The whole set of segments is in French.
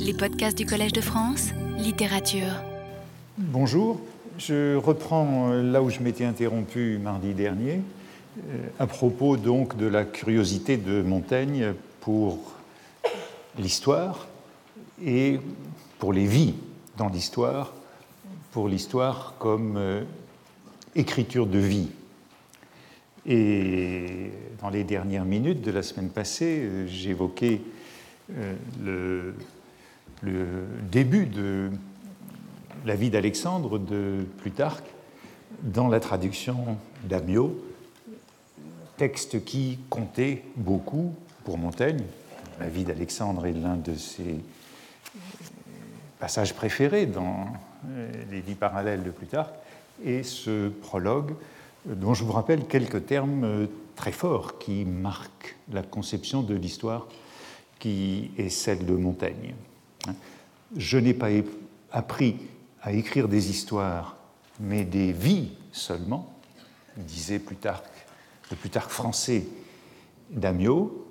Les podcasts du Collège de France, littérature. Bonjour, je reprends là où je m'étais interrompu mardi dernier, à propos donc de la curiosité de Montaigne pour l'histoire et pour les vies dans l'histoire, pour l'histoire comme écriture de vie. Et dans les dernières minutes de la semaine passée, j'évoquais le début de la vie d'Alexandre de Plutarque dans la traduction d'Amyot, texte qui comptait beaucoup pour Montaigne. La vie d'Alexandre est l'un de ses passages préférés dans les vies parallèles de Plutarque, et ce prologue dont je vous rappelle quelques termes très forts qui marquent la conception de l'histoire qui est celle de Montaigne. Je n'ai pas appris à écrire des histoires, mais des vies seulement, disait Plutarque, le Plutarque français d'Amyot.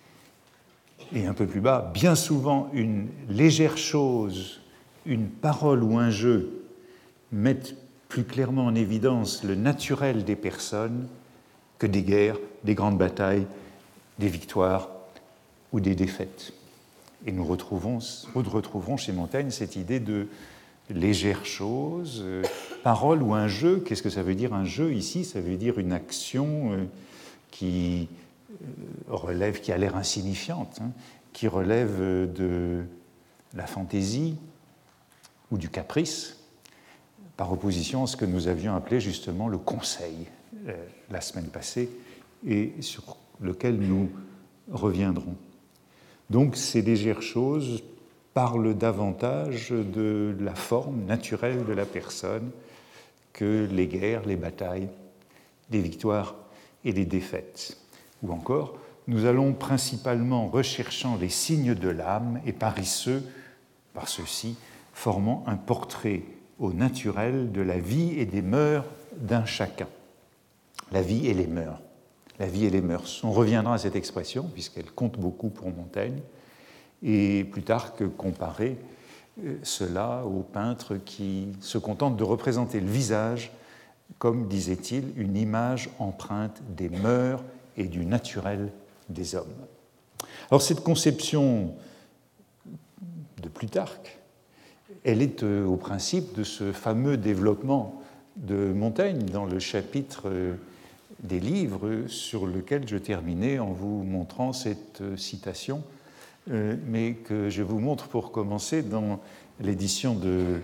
Et un peu plus bas, bien souvent une légère chose, une parole ou un jeu mettent plus clairement en évidence le naturel des personnes que des guerres, des grandes batailles, des victoires ou des défaites. Et nous retrouverons chez Montaigne cette idée de légère chose, parole ou un jeu. Qu'est-ce que ça veut dire un jeu ici? Ça veut dire une action qui relève, qui a l'air insignifiante, qui relève de la fantaisie ou du caprice, par opposition à ce que nous avions appelé justement le conseil la semaine passée et sur lequel nous reviendrons. Donc ces légères choses parlent davantage de la forme naturelle de la personne que les guerres, les batailles, les victoires et les défaites. Ou encore, nous allons principalement recherchant les signes de l'âme et par ceux-ci, formant un portrait au naturel de la vie et des mœurs d'un chacun. La vie et les mœurs. La vie et les mœurs. On reviendra à cette expression, puisqu'elle compte beaucoup pour Montaigne, et Plutarque comparait cela aux peintres qui se contentent de représenter le visage comme, disait-il, une image empreinte des mœurs et du naturel des hommes. Alors cette conception de Plutarque, elle est au principe de ce fameux développement de Montaigne dans le chapitre des livres sur lequel je terminais en vous montrant cette citation, mais que je vous montre pour commencer dans l'édition de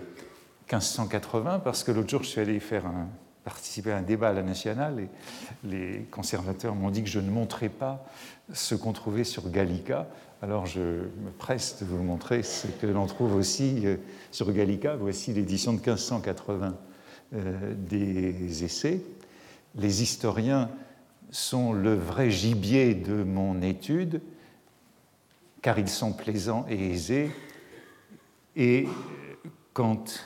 1580, parce que l'autre jour je suis allé participer à un débat à la Nationale et les conservateurs m'ont dit que je ne montrais pas ce qu'on trouvait sur Gallica. Alors je me presse de vous montrer ce que l'on trouve aussi sur Gallica. Voici l'édition de 1580 des essais. Les historiens sont le vrai gibier de mon étude, car ils sont plaisants et aisés, et quand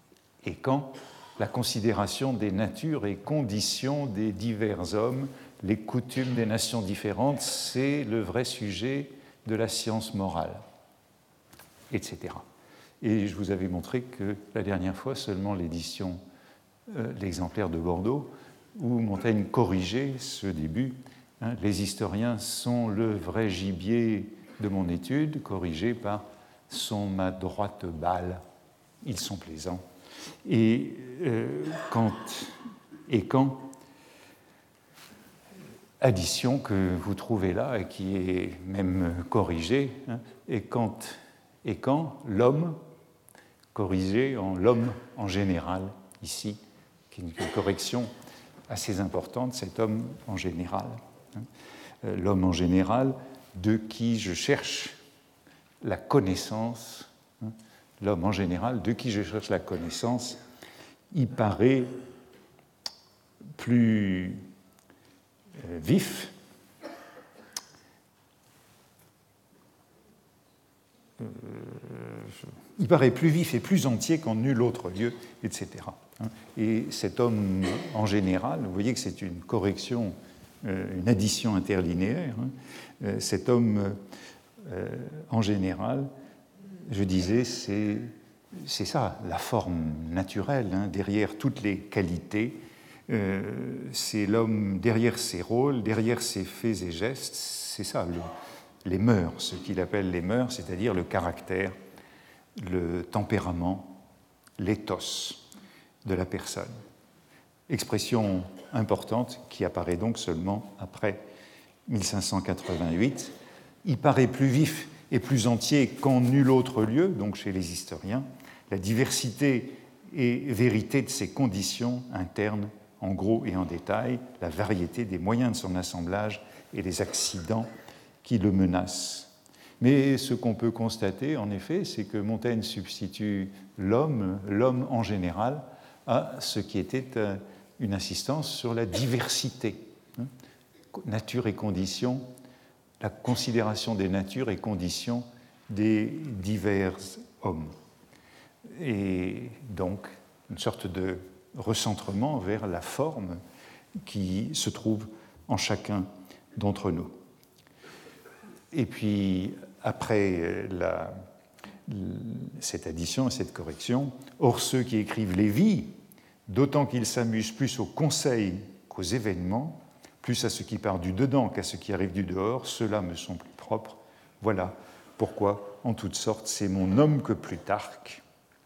la considération des natures et conditions des divers hommes, les coutumes des nations différentes, c'est le vrai sujet de la science morale, etc. Et je vous avais montré que la dernière fois, seulement l'exemplaire de Bordeaux, où Montaigne corrigeait ce début, les historiens sont le vrai gibier de mon étude, corrigé par sont ma droite balle, ils sont plaisants. Et quand, addition que vous trouvez là et qui est même corrigée, et quand l'homme, corrigé en l'homme en général, ici, qui est une correction assez importante, cet homme en général. L'homme en général, de qui je cherche la connaissance, l'homme en général, de qui je cherche la connaissance, il paraît plus vif, il paraît plus vif et plus entier qu'en nul autre lieu, etc. Et cet homme en général, vous voyez que c'est une correction, une addition interlinéaire, cet homme en général je disais, c'est ça, la forme naturelle, hein, derrière toutes les qualités. C'est l'homme derrière ses rôles, derrière ses faits et gestes, c'est ça, les mœurs, ce qu'il appelle les mœurs, c'est-à-dire le caractère, le tempérament, l'éthos de la personne. Expression importante qui apparaît donc seulement après 1588. Il paraît plus vif et plus entier qu'en nul autre lieu, donc chez les historiens, la diversité et vérité de ses conditions internes, en gros et en détail, la variété des moyens de son assemblage et les accidents qui le menacent. Mais ce qu'on peut constater, en effet, c'est que Montaigne substitue l'homme en général, à ce qui était une insistance sur la diversité, nature et conditions, la considération des natures et conditions des divers hommes. Et donc, une sorte de recentrement vers la forme qui se trouve en chacun d'entre nous. Et puis, après cette addition et cette correction, or ceux qui écrivent les vies, d'autant qu'ils s'amusent plus aux conseils qu'aux événements, plus à ce qui part du dedans qu'à ce qui arrive du dehors, ceux-là me sont plus propres. Voilà pourquoi, en toutes sortes, c'est mon homme que Plutarque.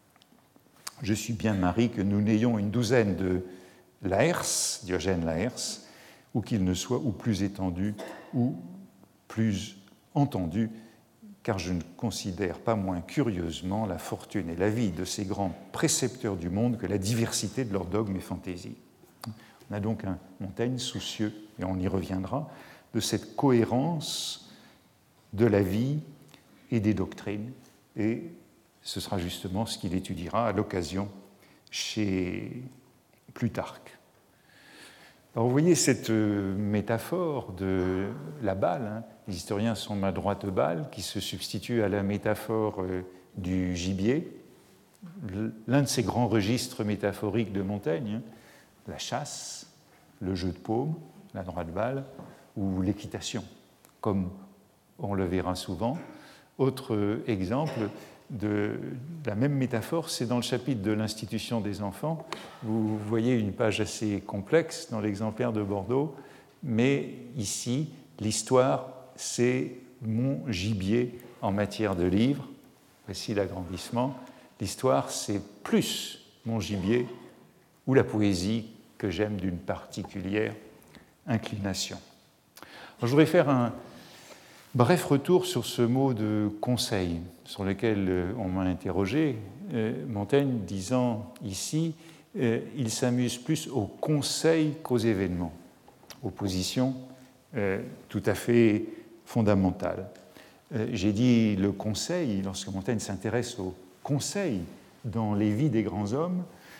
Je suis bien mari que nous n'ayons une douzaine de Laërce, Diogène Laërce, ou qu'il ne soit ou plus étendu ou plus entendu, car je ne considère pas moins curieusement la fortune et la vie de ces grands précepteurs du monde que la diversité de leurs dogmes et fantaisies. On a donc un Montaigne soucieux, et on y reviendra, de cette cohérence de la vie et des doctrines, et ce sera justement ce qu'il étudiera à l'occasion chez Plutarque. Alors vous voyez cette métaphore de la balle, hein, les historiens sont ma droite balle, qui se substitue à la métaphore du gibier, l'un de ces grands registres métaphoriques de Montaigne, hein, la chasse, le jeu de paume, la droite balle, ou l'équitation, comme on le verra souvent. Autre exemple de la même métaphore, c'est dans le chapitre de l'institution des enfants. Vous voyez une page assez complexe dans l'exemplaire de Bordeaux, mais ici, l'histoire, c'est mon gibier en matière de livres. Voici l'agrandissement. L'histoire, c'est plus mon gibier ou la poésie que j'aime d'une particulière inclination. Alors, je voudrais faire un bref retour sur ce mot de conseil, sur lequel on m'a interrogé, Montaigne disant ici « il s'amuse plus aux conseils qu'aux événements », opposition tout à fait fondamentale. J'ai dit le conseil, lorsque Montaigne s'intéresse aux conseils dans les vies des grands hommes,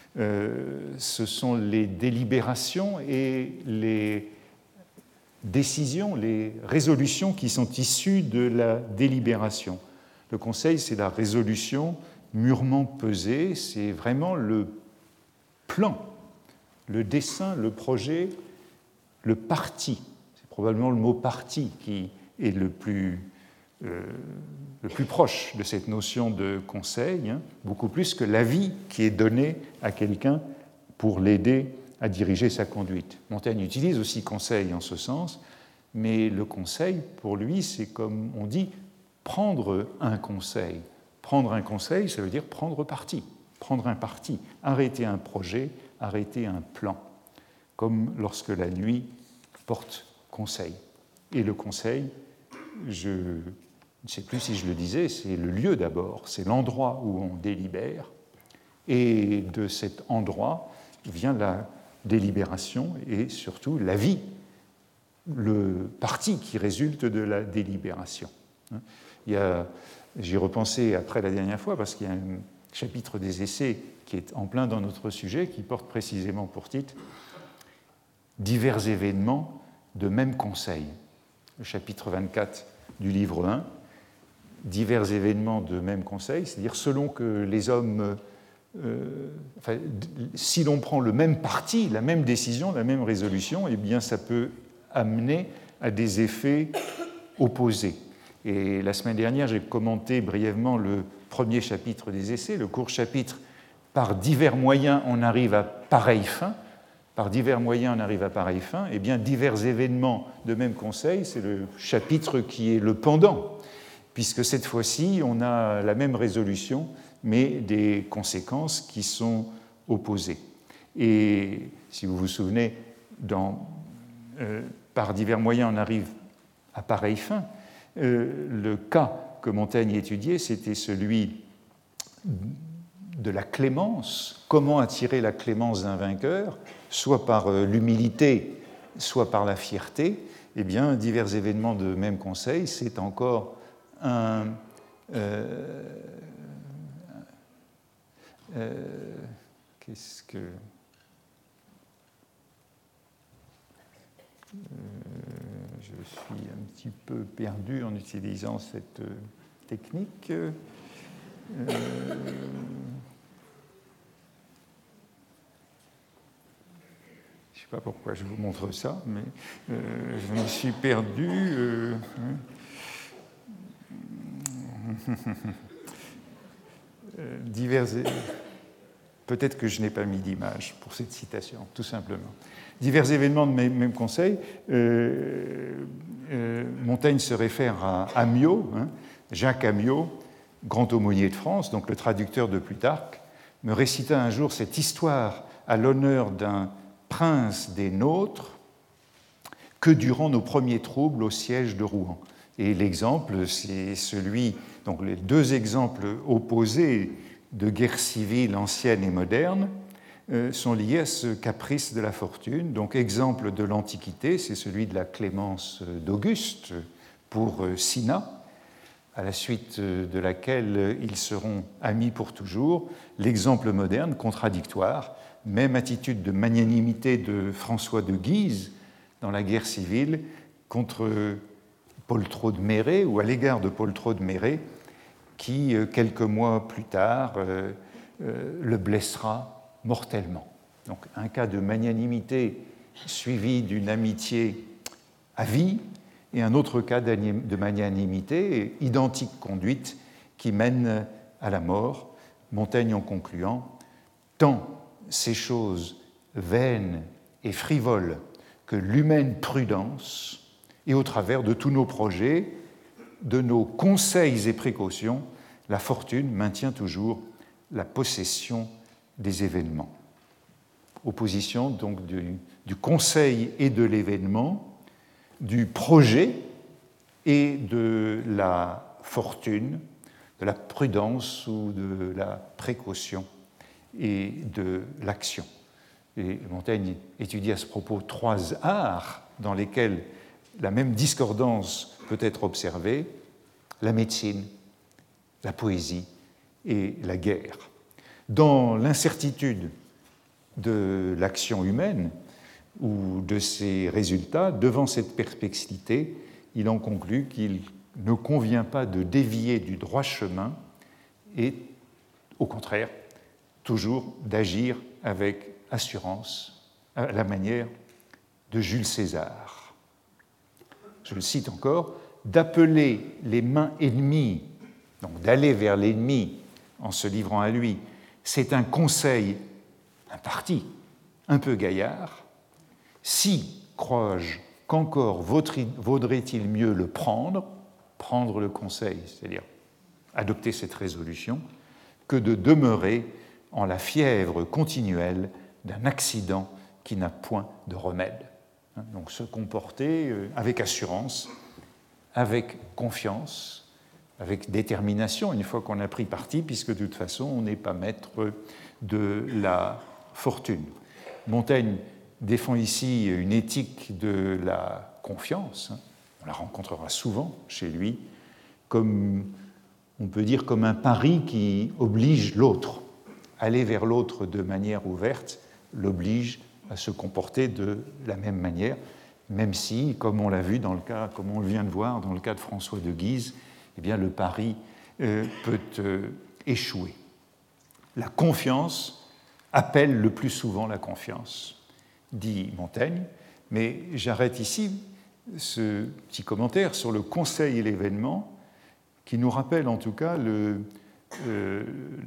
ce sont les délibérations et les décisions, les résolutions qui sont issues de la délibération. Le conseil, c'est la résolution mûrement pesée, c'est vraiment le plan, le dessin, le projet, le parti. C'est probablement le mot parti qui est le plus proche de cette notion de conseil, hein, beaucoup plus que l'avis qui est donné à quelqu'un pour l'aider à diriger sa conduite. Montaigne utilise aussi conseil en ce sens, mais le conseil, pour lui, c'est comme on dit, prendre un conseil. Prendre un conseil, ça veut dire prendre parti, prendre un parti, arrêter un projet, arrêter un plan, comme lorsque la nuit porte conseil. Et le conseil, je ne sais plus si je le disais, c'est le lieu d'abord, c'est l'endroit où on délibère, et de cet endroit vient la délibération et surtout la vie, le parti qui résulte de la délibération. J'y ai repensé après la dernière fois parce qu'il y a un chapitre des Essais qui est en plein dans notre sujet, qui porte précisément pour titre « Divers événements de même conseil ». Le chapitre 24 du livre 1, « Divers événements de même conseil », c'est-à-dire selon que les hommes... si l'on prend le même parti, la même décision, la même résolution, eh bien ça peut amener à des effets opposés. Et la semaine dernière, j'ai commenté brièvement le premier chapitre des Essais, le court chapitre « Par divers moyens, on arrive à pareille fin ». Par divers moyens, on arrive à pareille fin. Eh bien, divers événements de même conseil, c'est le chapitre qui est le pendant, puisque cette fois-ci, on a la même résolution, mais des conséquences qui sont opposées. Et si vous vous souvenez, par divers moyens, on arrive à pareille fin, le cas que Montaigne étudiait, c'était celui de la clémence. Comment attirer la clémence d'un vainqueur, soit par l'humilité, soit par la fierté. Eh bien, divers événements de même conseil, c'est encore qu'est-ce que... je suis un petit peu perdu en utilisant cette technique. Je ne sais pas pourquoi je vous montre ça, mais je me suis perdu. Peut-être que je n'ai pas mis d'image pour cette citation, tout simplement. Divers événements de même conseil. Montaigne se réfère à Amyot, Jacques Amyot, grand aumônier de France, donc le traducteur de Plutarque, me récita un jour cette histoire à l'honneur d'un prince des nôtres que durant nos premiers troubles au siège de Rouen. Et l'exemple, c'est celui, donc les deux exemples opposés de guerre civile ancienne et moderne sont liés à ce caprice de la fortune. Donc, exemple de l'Antiquité, c'est celui de la clémence d'Auguste pour Cinna, à la suite de laquelle ils seront amis pour toujours. L'exemple moderne, contradictoire, même attitude de magnanimité de François de Guise dans la guerre civile contre Poltrot de Méré, ou à l'égard de Poltrot de Méré, qui, quelques mois plus tard, le blessera mortellement. Donc, un cas de magnanimité suivi d'une amitié à vie, et un autre cas de magnanimité, identique conduite, qui mène à la mort. Montaigne en concluant, « Tant ces choses vaines et frivoles que l'humaine prudence, et au travers de tous nos projets, de nos conseils et précautions, la fortune maintient toujours la possession des événements. » Opposition donc du conseil et de l'événement, du projet et de la fortune, de la prudence ou de la précaution et de l'action. Et Montaigne étudie à ce propos trois arts dans lesquels la même discordance peut être observée: la médecine, la poésie et la guerre. Dans l'incertitude de l'action humaine ou de ses résultats, devant cette perplexité, il en conclut qu'il ne convient pas de dévier du droit chemin et, au contraire, toujours d'agir avec assurance, à la manière de Jules César. Je le cite encore, « d'appeler les mains ennemies, donc d'aller vers l'ennemi en se livrant à lui, c'est un conseil, un parti, un peu gaillard. Si, crois-je, qu'encore vaudrait-il mieux le prendre le conseil, c'est-à-dire adopter cette résolution, que de demeurer en la fièvre continuelle d'un accident qui n'a point de remède. » Donc se comporter avec assurance, avec confiance, avec détermination, une fois qu'on a pris parti, puisque de toute façon, on n'est pas maître de la fortune. Montaigne défend ici une éthique de la confiance. On la rencontrera souvent chez lui, comme, on peut dire, comme un pari qui oblige l'autre. Aller vers l'autre de manière ouverte l'oblige à se comporter de la même manière, même si, comme on l'a vu dans le cas, comme on vient de voir dans le cas de François de Guise, eh bien, le pari peut échouer. La confiance appelle le plus souvent la confiance, dit Montaigne, mais j'arrête ici ce petit commentaire sur le conseil et l'événement qui nous rappelle en tout cas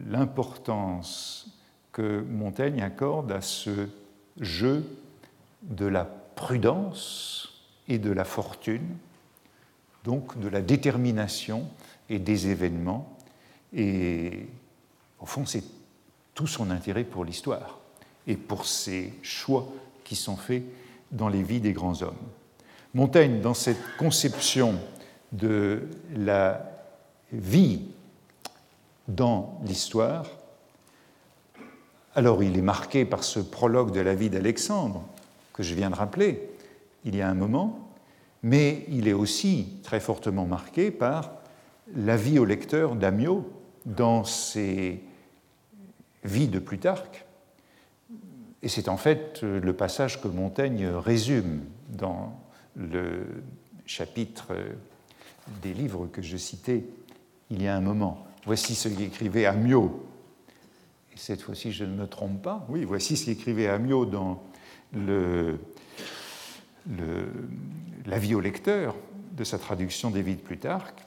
l'importance que Montaigne accorde à ce jeu de la prudence et de la fortune, donc de la détermination et des événements. Et au fond, c'est tout son intérêt pour l'histoire et pour ces choix qui sont faits dans les vies des grands hommes. Montaigne, dans cette conception de la vie dans l'histoire, alors il est marqué par ce prologue de la vie d'Alexandre que je viens de rappeler il y a un moment, mais il est aussi très fortement marqué par la vie au lecteur d'Amyot dans ses vies de Plutarque. Et c'est en fait le passage que Montaigne résume dans le chapitre des livres que je citais il y a un moment. Voici ce qu'écrivait Amyot. Et cette fois-ci, je ne me trompe pas. Oui, voici ce qu'écrivait Amyot dans la vie au lecteur de sa traduction des vies de Plutarque.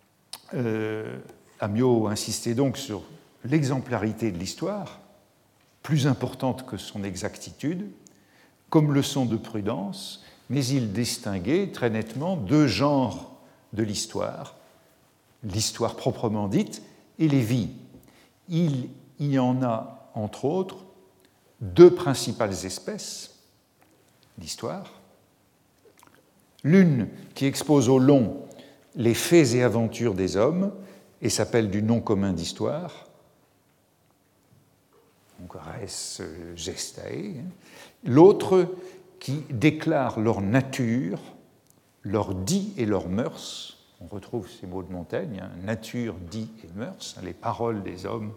Amyot insistait donc sur l'exemplarité de l'histoire, plus importante que son exactitude, comme leçon de prudence, mais il distinguait très nettement deux genres de l'histoire proprement dite et les vies. Il y en a, entre autres, deux principales espèces d'histoire. L'une qui expose au long les faits et aventures des hommes et s'appelle du nom commun d'histoire, donc res gestae. L'autre qui déclare leur nature, leur dit et leurs mœurs. On retrouve ces mots de Montaigne, nature, dit et mœurs, les paroles des hommes,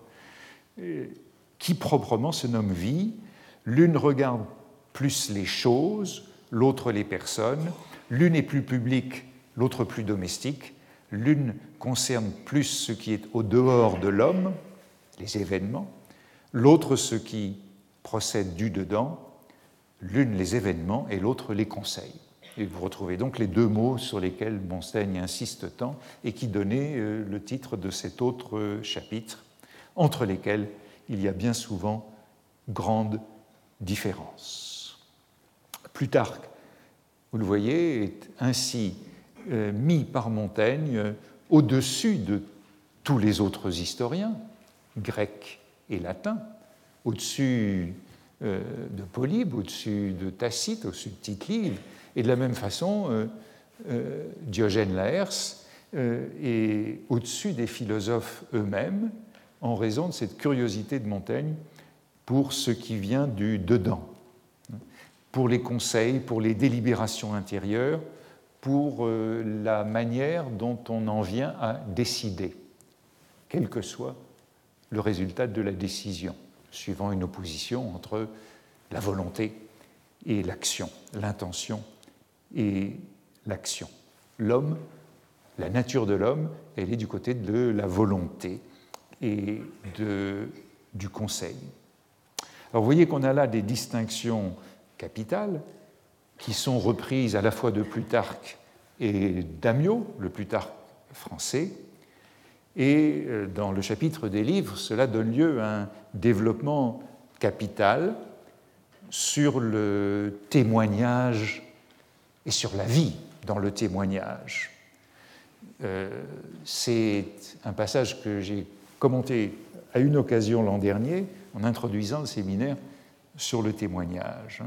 qui proprement se nomment vie. L'une regarde plus les choses, l'autre les personnes. L'une est plus publique, l'autre plus domestique. L'une concerne plus ce qui est au dehors de l'homme, les événements. L'autre ce qui procède du dedans. L'une les événements et l'autre les conseils. Et vous retrouvez donc les deux mots sur lesquels Montaigne insiste tant et qui donnaient le titre de cet autre chapitre, entre lesquels il y a bien souvent grande différence. Plutarque, vous le voyez, est ainsi mis par Montaigne au-dessus de tous les autres historiens, grecs et latins, au-dessus de Polybe, au-dessus de Tacite, au-dessus de Tite-Live, et de la même façon, Diogène Laërce est au-dessus des philosophes eux-mêmes en raison de cette curiosité de Montaigne pour ce qui vient du dedans, pour les conseils, pour les délibérations intérieures, pour la manière dont on en vient à décider, quel que soit le résultat de la décision, suivant une opposition entre la volonté et l'action, l'intention et l'action. L'homme, la nature de l'homme, elle est du côté de la volonté et du conseil. Alors vous voyez qu'on a là des distinctions capitales qui sont reprises à la fois de Plutarque et d'Amyot, le Plutarque français, et dans le chapitre des livres, cela donne lieu à un développement capital sur le témoignage et sur la vie dans le témoignage. C'est un passage que j'ai commenté à une occasion l'an dernier en introduisant le séminaire sur le témoignage.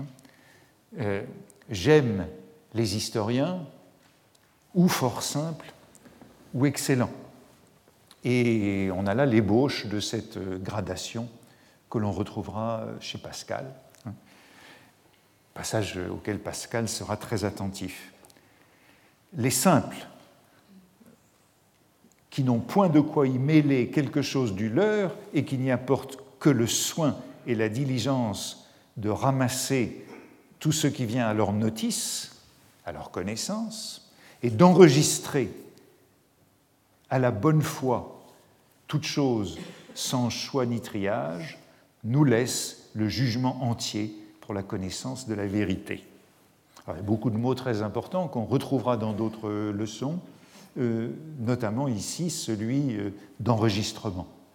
J'aime les historiens ou fort simples ou excellents. Et on a là l'ébauche de cette gradation que l'on retrouvera chez Pascal, passage auquel Pascal sera très attentif. Les simples, qui n'ont point de quoi y mêler quelque chose du leur et qui n'y apportent que le soin et la diligence de ramasser tout ce qui vient à leur notice, à leur connaissance, et d'enregistrer à la bonne foi toute chose sans choix ni triage, nous laisse le jugement entier pour la connaissance de la vérité. Alors, il y a beaucoup de mots très importants qu'on retrouvera dans d'autres leçons, notamment ici celui d'enregistrement.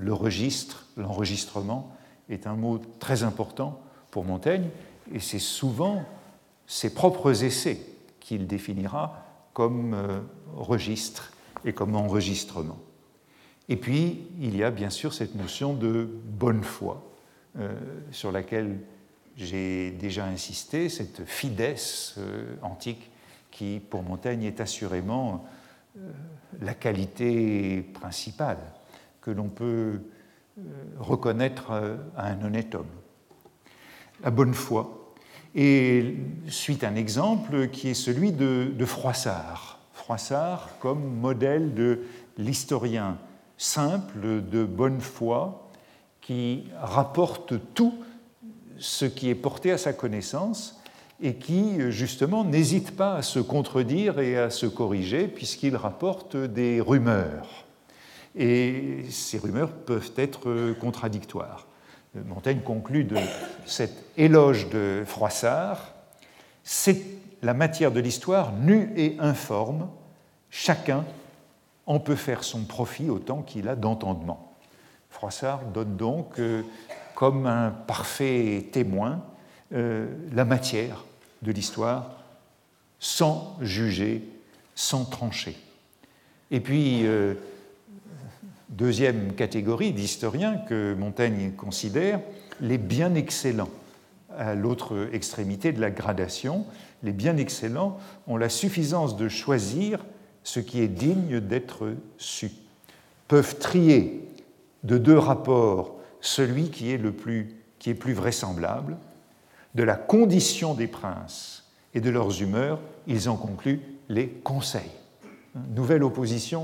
le registre, l'enregistrement est un mot très important pour Montaigne, et c'est souvent ses propres essais qu'il définira comme registre et comme enregistrement. Et puis, il y a bien sûr cette notion de bonne foi, sur laquelle j'ai déjà insisté, cette fides antique qui, pour Montaigne, est assurément la qualité principale que l'on peut reconnaître à un honnête homme. La bonne foi. Et suite un exemple qui est celui de Froissart. Froissart comme modèle de l'historien simple, de bonne foi, qui rapporte tout ce qui est porté à sa connaissance et qui, justement, n'hésite pas à se contredire et à se corriger puisqu'il rapporte des rumeurs. Et ces rumeurs peuvent être contradictoires. Montaigne conclut de cet éloge de Froissart: « C'est la matière de l'histoire nue et informe, chacun en peut faire son profit autant qu'il a d'entendement. » Froissart donne donc comme un parfait témoin la matière de l'histoire sans juger, sans trancher. Et puis, deuxième catégorie d'historiens que Montaigne considère, les bien excellents, à l'autre extrémité de la gradation. Les bien excellents ont la suffisance de choisir ce qui est digne d'être su, peuvent trier de deux rapports celui qui est plus vraisemblable. De la condition des princes et de leurs humeurs, ils en concluent les conseils. Nouvelle opposition,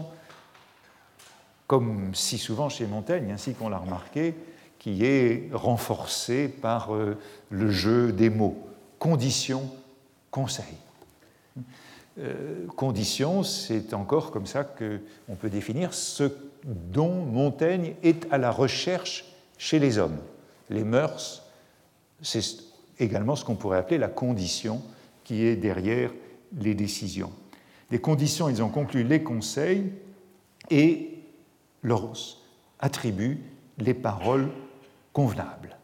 comme si souvent chez Montaigne, ainsi qu'on l'a remarqué, qui est renforcée par le jeu des mots. Condition, conseil. Condition, c'est encore comme ça qu'on peut définir ce dont Montaigne est à la recherche chez les hommes. Les mœurs, c'est également ce qu'on pourrait appeler la condition qui est derrière les décisions. Les conditions, ils ont conclu les conseils et leur attribuent les paroles convenables.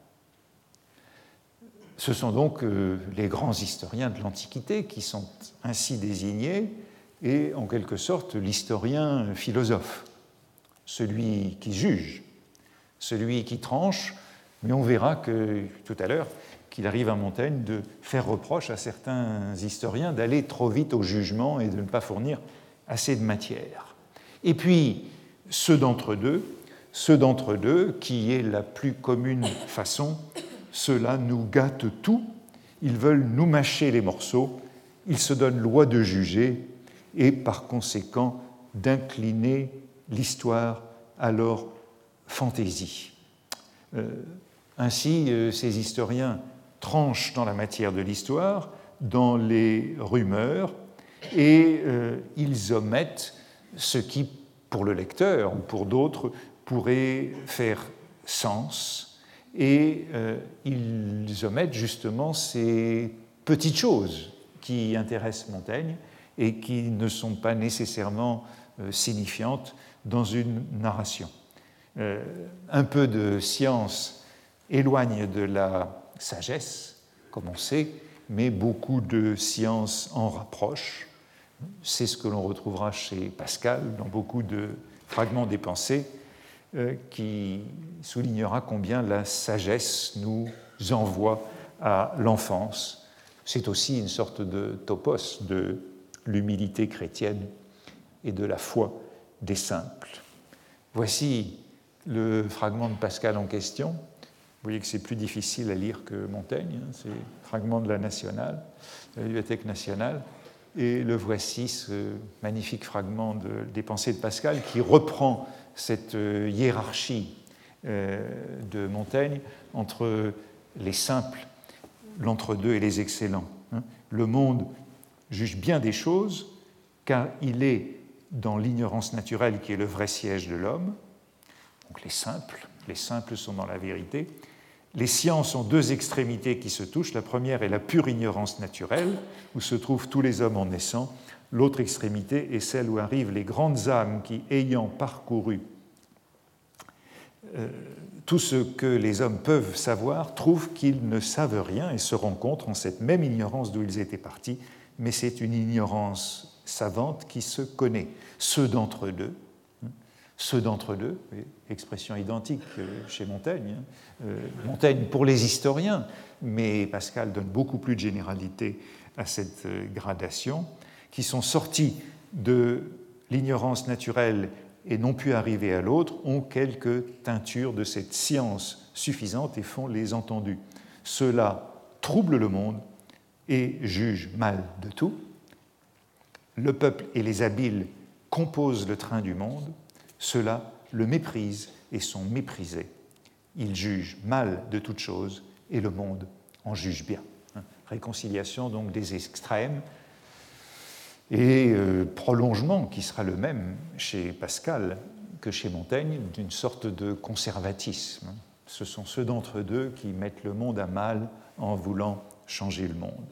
Ce sont donc les grands historiens de l'Antiquité qui sont ainsi désignés et en quelque sorte l'historien philosophe, celui qui juge, celui qui tranche, mais on verra tout à l'heure qu'il arrive à Montaigne de faire reproche à certains historiens d'aller trop vite au jugement et de ne pas fournir assez de matière. Et puis, ceux d'entre deux, qui est la plus commune façon, ceux-là nous gâtent tout, ils veulent nous mâcher les morceaux, ils se donnent loi de juger et par conséquent d'incliner l'histoire à leur fantaisie. Ainsi, ces historiens tranchent dans la matière de l'histoire, dans les rumeurs, et ils omettent ce qui, pour le lecteur ou pour d'autres, pourrait faire sens, et ils omettent justement ces petites choses qui intéressent Montaigne et qui ne sont pas nécessairement signifiantes dans une narration. Un peu de science éloigne de la sagesse, comme on sait, mais beaucoup de science en rapproche. C'est ce que l'on retrouvera chez Pascal dans beaucoup de fragments des pensées, qui soulignera combien la sagesse nous envoie à l'enfance. C'est aussi une sorte de topos de l'humilité chrétienne et de la foi des simples. Voici le fragment de Pascal en question. Vous voyez que c'est plus difficile à lire que Montaigne, c'est le fragment de la Nationale, de la Bibliothèque nationale. Et le voici, ce magnifique fragment des pensées de Pascal qui reprend cette hiérarchie de Montaigne entre les simples, l'entre-deux et les excellents. Le monde juge bien des choses car il est dans l'ignorance naturelle qui est le vrai siège de l'homme. Donc les simples sont dans la vérité. Les sciences ont deux extrémités qui se touchent. La première est la pure ignorance naturelle, où se trouvent tous les hommes en naissant. L'autre extrémité est celle où arrivent les grandes âmes qui, ayant parcouru tout ce que les hommes peuvent savoir trouvent qu'ils ne savent rien et se rencontrent en cette même ignorance d'où ils étaient partis, mais c'est une ignorance savante qui se connaît. Ceux d'entre deux, expression identique chez Montaigne, Montaigne pour les historiens, mais Pascal donne beaucoup plus de généralité à cette gradation, qui sont sortis de l'ignorance naturelle et n'ont pu arriver à l'autre, ont quelques teintures de cette science suffisante et font les entendus. Ceux-là troublent le monde et jugent mal de tout. Le peuple et les habiles composent le train du monde. Ceux-là le méprisent et sont méprisés. Ils jugent mal de toute chose et le monde en juge bien. Réconciliation donc des extrêmes et prolongement qui sera le même chez Pascal que chez Montaigne d'une sorte de conservatisme. Ce sont ceux d'entre deux qui mettent le monde à mal en voulant changer le monde.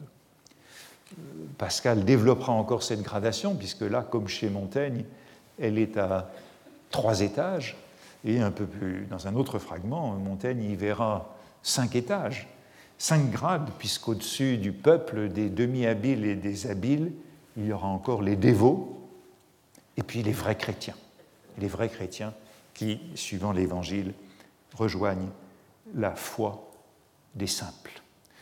Pascal développera encore cette gradation puisque là, comme chez Montaigne, elle est à 3 étages et un peu plus dans un autre fragment, Montaigne y verra 5 étages, 5 grades, puisqu'au-dessus du peuple, des demi-habiles et des habiles, il y aura encore les dévots et puis les vrais chrétiens. Les vrais chrétiens qui, suivant l'Évangile, rejoignent la foi des simples.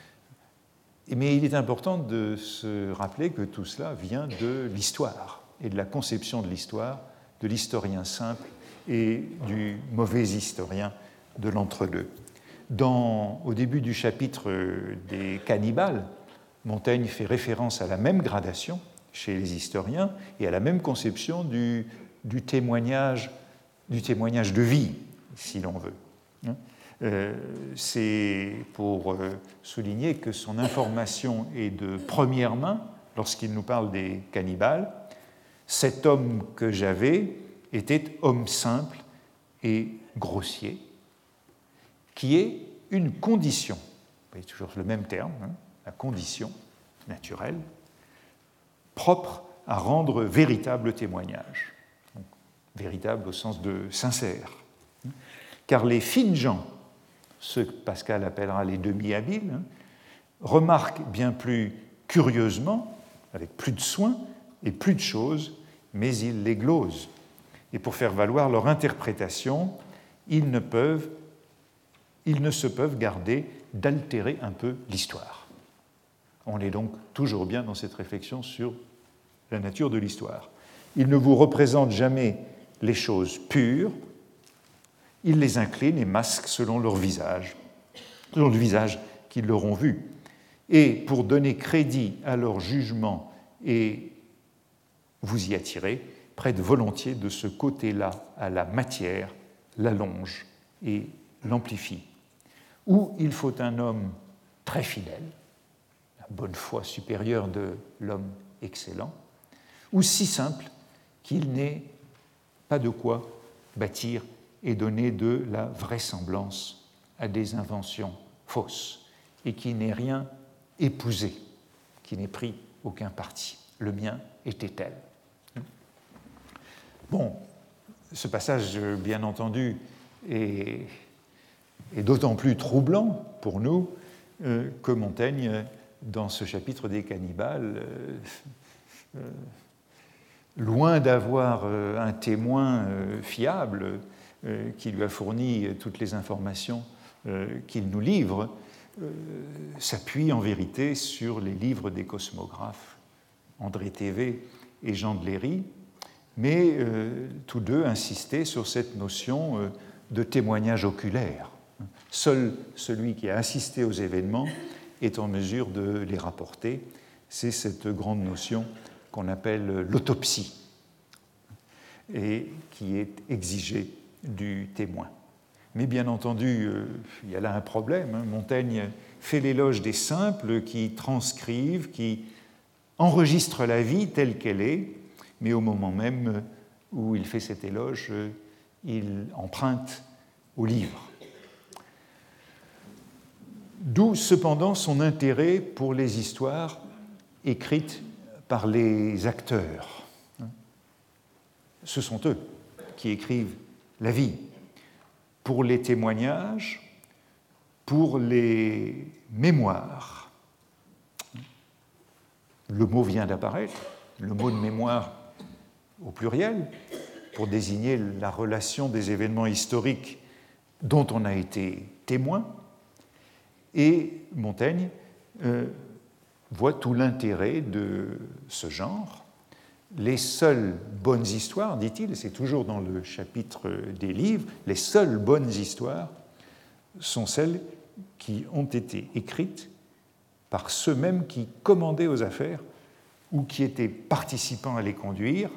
Mais il est important de se rappeler que tout cela vient de l'histoire et de la conception de l'histoire, de l'historien simple et du mauvais historien de l'entre-deux. Au début du chapitre des cannibales, Montaigne fait référence à la même gradation chez les historiens et à la même conception du témoignage de vie, si l'on veut. C'est pour souligner que son information est de première main lorsqu'il nous parle des cannibales. Cet homme que j'avais était homme simple et grossier, qui est une condition, vous voyez toujours le même terme, la condition naturelle, propre à rendre véritable témoignage. Donc, véritable au sens de sincère. Car les fines gens, ceux que Pascal appellera les demi-habiles, remarquent bien plus curieusement, avec plus de soin et plus de choses, mais ils les glosent. Et pour faire valoir leur interprétation, ils ne se peuvent garder d'altérer un peu l'histoire. On est donc toujours bien dans cette réflexion sur la nature de l'histoire. Ils ne vous représentent jamais les choses pures, ils les inclinent et masquent selon leur visage, selon le visage qu'ils leur ont vu. Et pour donner crédit à leur jugement et vous y attirez, prête volontiers de ce côté-là à la matière, l'allonge et l'amplifie. Ou il faut un homme très fidèle, la bonne foi supérieure de l'homme excellent, ou si simple qu'il n'ait pas de quoi bâtir et donner de la vraisemblance à des inventions fausses, et qui n'ait rien épousé, qui n'ait pris aucun parti. Le mien était tel. Bon, ce passage, bien entendu, est d'autant plus troublant pour nous que Montaigne, dans ce chapitre des cannibales, loin d'avoir un témoin fiable qui lui a fourni toutes les informations qu'il nous livre, s'appuie en vérité sur les livres des cosmographes André Thévé et Jean de Léry, mais tous deux insistaient sur cette notion de témoignage oculaire. Seul celui qui a assisté aux événements est en mesure de les rapporter. C'est cette grande notion qu'on appelle l'autopsie et qui est exigée du témoin. Mais bien entendu, il y a là un problème. Montaigne fait l'éloge des simples qui transcrivent, qui enregistrent la vie telle qu'elle est, mais au moment même où il fait cet éloge, il emprunte au livre. D'où cependant son intérêt pour les histoires écrites par les acteurs. Ce sont eux qui écrivent la vie. pour les témoignages, pour les mémoires. Le mot vient d'apparaître, le mot de mémoire au pluriel, pour désigner la relation des événements historiques dont on a été témoin. Et Montaigne voit tout l'intérêt de ce genre. Les seules bonnes histoires, dit-il, c'est toujours dans le chapitre des livres, les seules bonnes histoires sont celles qui ont été écrites par ceux-mêmes qui commandaient aux affaires ou qui étaient participants à les conduire,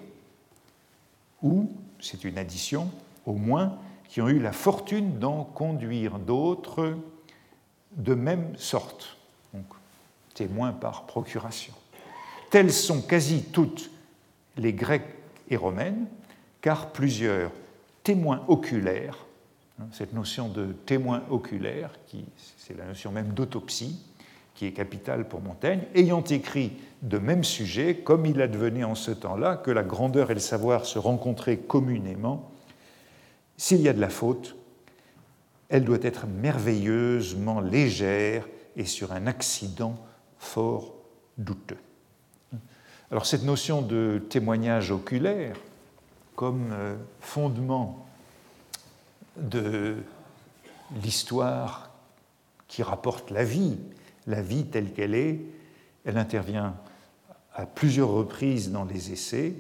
ou, c'est une addition, au moins, qui ont eu la fortune d'en conduire d'autres de même sorte, donc témoins par procuration. Telles sont quasi toutes les grecques et romaines, car plusieurs témoins oculaires, cette notion de témoin oculaire, c'est la notion même d'autopsie, qui est capitale pour Montaigne, ayant écrit de même sujet, comme il advenait en ce temps-là que la grandeur et le savoir se rencontraient communément, s'il y a de la faute, elle doit être merveilleusement légère et sur un accident fort douteux. Alors cette notion de témoignage oculaire comme fondement de l'histoire qui rapporte la vie telle qu'elle est, elle intervient à plusieurs reprises dans les essais.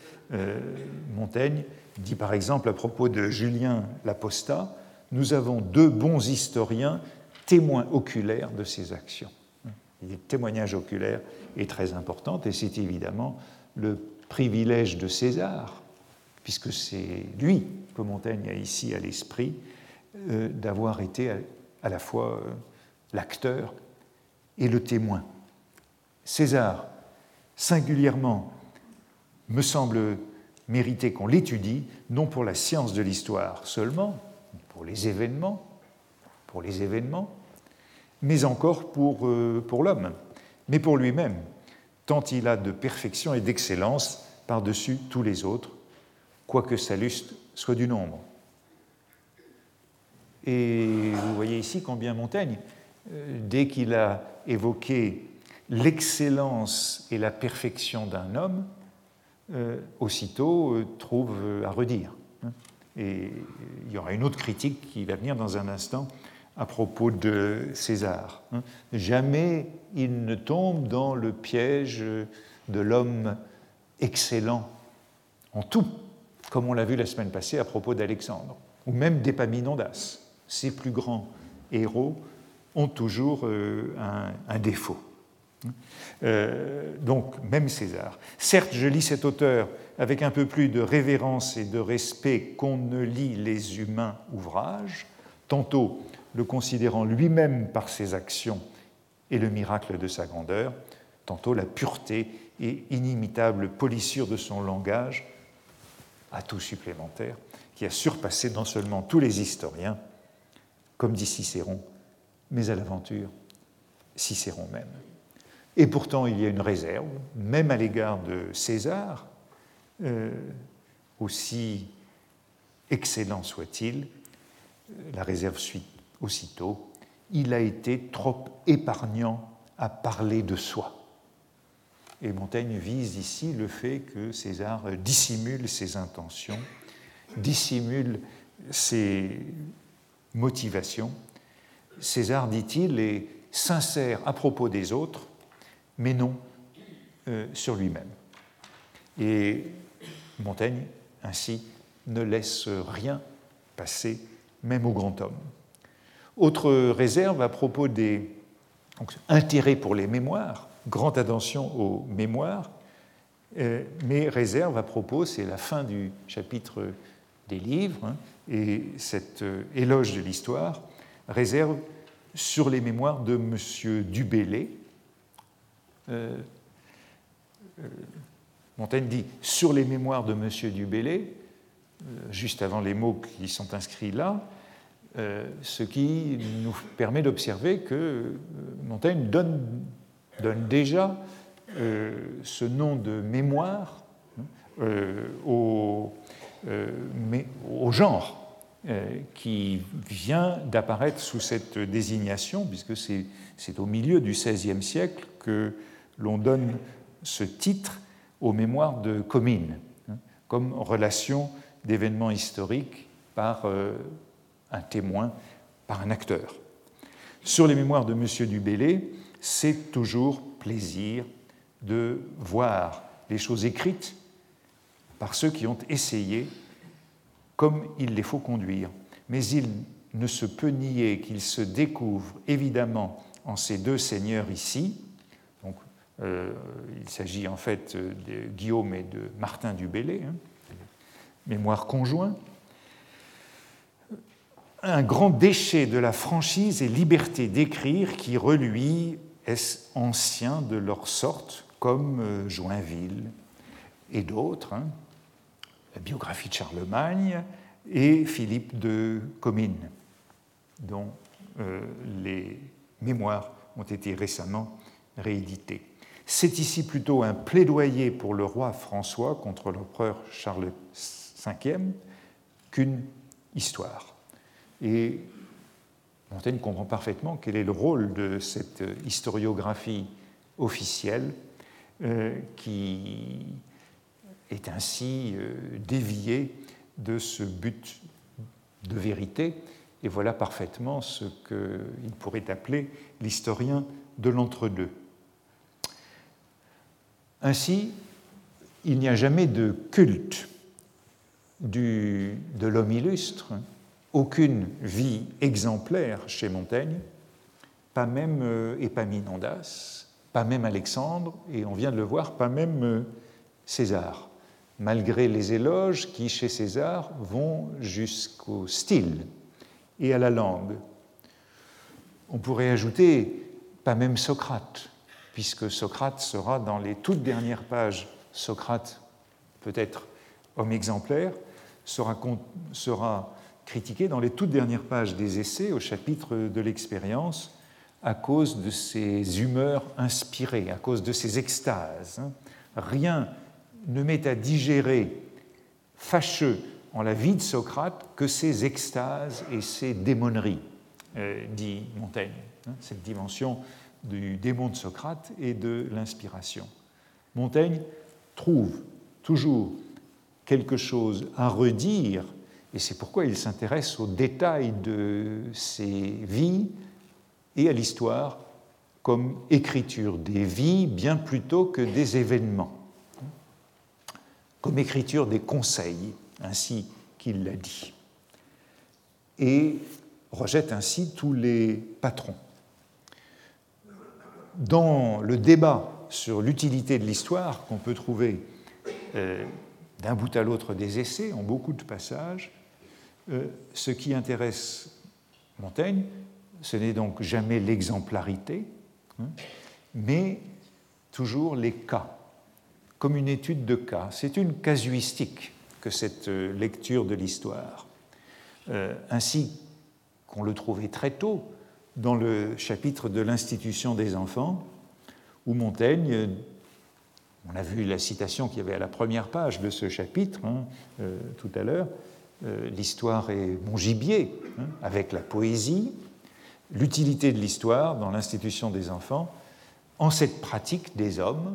Montaigne dit par exemple à propos de Julien l'Apostat, « Nous avons deux bons historiens, témoins oculaires de ses actions. » Le témoignage oculaire est très important et c'est évidemment le privilège de César, puisque c'est lui que Montaigne a ici à l'esprit, d'avoir été à la fois l'acteur et le témoin. César, singulièrement, me semble mériter qu'on l'étudie, non pour la science de l'histoire seulement, pour les événements, mais encore pour l'homme, mais pour lui-même, tant il a de perfection et d'excellence par-dessus tous les autres, quoique sa lustre soit du nombre. Et vous voyez ici combien Montaigne, dès qu'il a évoqué l'excellence et la perfection d'un homme, aussitôt trouve à redire. Et il y aura une autre critique qui va venir dans un instant à propos de César. Jamais il ne tombe dans le piège de l'homme excellent en tout, comme on l'a vu la semaine passée à propos d'Alexandre, ou même d'Épaminondas. Ces plus grands héros ont toujours un défaut. Donc, même César. Certes, je lis cet auteur avec un peu plus de révérence et de respect qu'on ne lit les humains ouvrages, tantôt le considérant lui-même par ses actions et le miracle de sa grandeur, tantôt la pureté et inimitable polissure de son langage, atout supplémentaire, qui a surpassé non seulement tous les historiens, comme dit Cicéron, mais à l'aventure, Cicéron même. Et pourtant, il y a une réserve, même à l'égard de César, aussi excellent soit-il, la réserve suit aussitôt, il a été trop épargnant à parler de soi. Et Montaigne vise ici le fait que César dissimule ses intentions, dissimule ses motivations. César, dit-il, est sincère à propos des autres, mais non sur lui-même. Et Montaigne, ainsi, ne laisse rien passer, même au grand homme. Autre réserve à propos des intérêts pour les mémoires, grande attention aux mémoires, mais réserve à propos, c'est la fin du chapitre des livres, et cet éloge de l'histoire, réserve sur les mémoires de M. Du Bellay. Montaigne dit « sur les mémoires de M. Du Bellay », juste avant les mots qui sont inscrits là, ce qui nous permet d'observer que Montaigne donne déjà ce nom de mémoire au genre qui vient d'apparaître sous cette désignation, puisque c'est au milieu du XVIe siècle que l'on donne ce titre aux mémoires de Comines, comme relation d'événements historiques par un témoin, par un acteur. Sur les mémoires de M. du Bellay, c'est toujours plaisir de voir les choses écrites par ceux qui ont essayé comme il les faut conduire. Mais il ne se peut nier qu'il se découvre évidemment en ces deux seigneurs ici. Donc, il s'agit en fait de Guillaume et de Martin du Bellay, mémoires conjoints. Un grand déchet de la franchise et liberté d'écrire qui reluit est ancien de leur sorte, comme Joinville et d'autres, la biographie de Charlemagne et Philippe de Comines, dont les mémoires ont été récemment rééditées. C'est ici plutôt un plaidoyer pour le roi François contre l'empereur Charles V qu'une histoire. Et Montaigne comprend parfaitement quel est le rôle de cette historiographie officielle qui est ainsi déviée de ce but de vérité. Et voilà parfaitement ce qu'il pourrait appeler l'historien de l'entre-deux. Ainsi, il n'y a jamais de culte de l'homme illustre, aucune vie exemplaire chez Montaigne, pas même Épaminondas, pas même Alexandre, et on vient de le voir, pas même César, malgré les éloges qui, chez César, vont jusqu'au style et à la langue. On pourrait ajouter pas même Socrate, puisque Socrate sera dans les toutes dernières pages, Socrate, peut-être homme exemplaire, sera critiqué dans les toutes dernières pages des essais au chapitre de l'expérience à cause de ses humeurs inspirées, à cause de ses extases. Rien ne met à digérer fâcheux en la vie de Socrate que ses extases et ses démonneries, dit Montaigne, cette dimension du démon de Socrate et de l'inspiration. Montaigne trouve toujours quelque chose à redire, et c'est pourquoi il s'intéresse aux détails de ses vies et à l'histoire comme écriture des vies bien plutôt que des événements, comme écriture des conseils, ainsi qu'il l'a dit, et rejette ainsi tous les patrons. Dans le débat sur l'utilité de l'histoire qu'on peut trouver d'un bout à l'autre des essais, en beaucoup de passages, ce qui intéresse Montaigne, ce n'est donc jamais l'exemplarité, mais toujours les cas, comme une étude de cas. C'est une casuistique que cette lecture de l'histoire, ainsi qu'on le trouvait très tôt dans le chapitre de l'institution des enfants, où Montaigne, on a vu la citation qu'il y avait à la première page de ce chapitre tout à l'heure, l'histoire est mon gibier, avec la poésie, l'utilité de l'histoire dans l'institution des enfants, en cette pratique des hommes,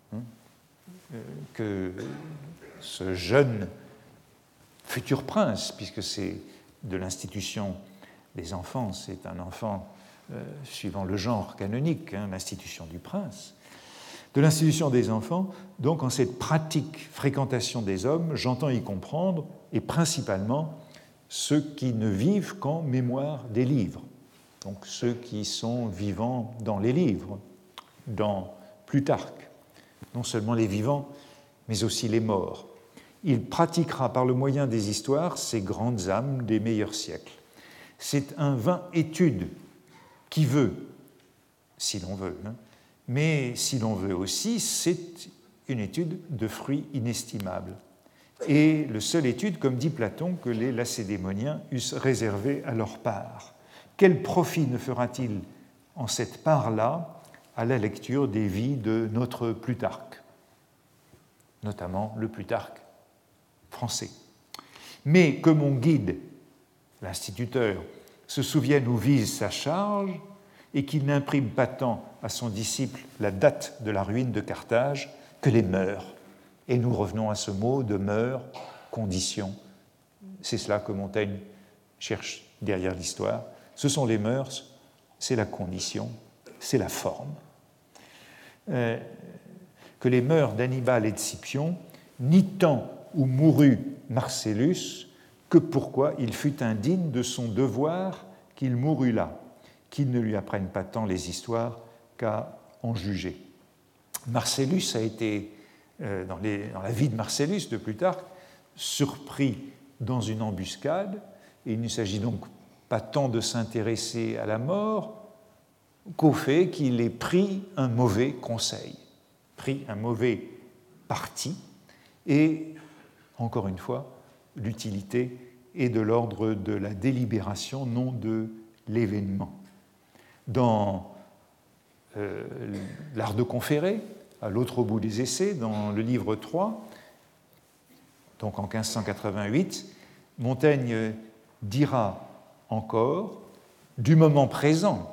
que ce jeune futur prince, puisque c'est de l'institution des enfants, c'est un enfant suivant le genre canonique, l'institution du prince, de l'institution des enfants, donc en cette pratique fréquentation des hommes, j'entends y comprendre, et principalement ceux qui ne vivent qu'en mémoire des livres, donc ceux qui sont vivants dans les livres, dans Plutarque, non seulement les vivants, mais aussi les morts. Il pratiquera par le moyen des histoires ces grandes âmes des meilleurs siècles. C'est un vain étude qui veut, si l'on veut, mais si l'on veut aussi, c'est une étude de fruits inestimables. Et le seul étude, comme dit Platon, que les Lacédémoniens eussent réservé à leur part. Quel profit ne fera-t-il en cette part-là à la lecture des vies de notre Plutarque, notamment le Plutarque français? Mais que mon guide l'instituteur, se souvienne où vise sa charge et qu'il n'imprime pas tant à son disciple la date de la ruine de Carthage que les mœurs. Et nous revenons à ce mot de mœurs, conditions. C'est cela que Montaigne cherche derrière l'histoire. Ce sont les mœurs, c'est la condition, c'est la forme. Que les mœurs d'Hannibal et de Scipion, ni tant où mourut Marcellus, que pourquoi il fut indigne de son devoir qu'il mourût là, qu'il ne lui apprenne pas tant les histoires qu'à en juger. Marcellus a été, dans la vie de Marcellus de Plutarque, surpris dans une embuscade, et il ne s'agit donc pas tant de s'intéresser à la mort qu'au fait qu'il ait pris un mauvais conseil, pris un mauvais parti, et, encore une fois, l'utilité est de l'ordre de la délibération, non de l'événement. Dans l'Art de conférer, à l'autre bout des essais, dans le livre 3, donc en 1588, Montaigne dira encore, du moment présent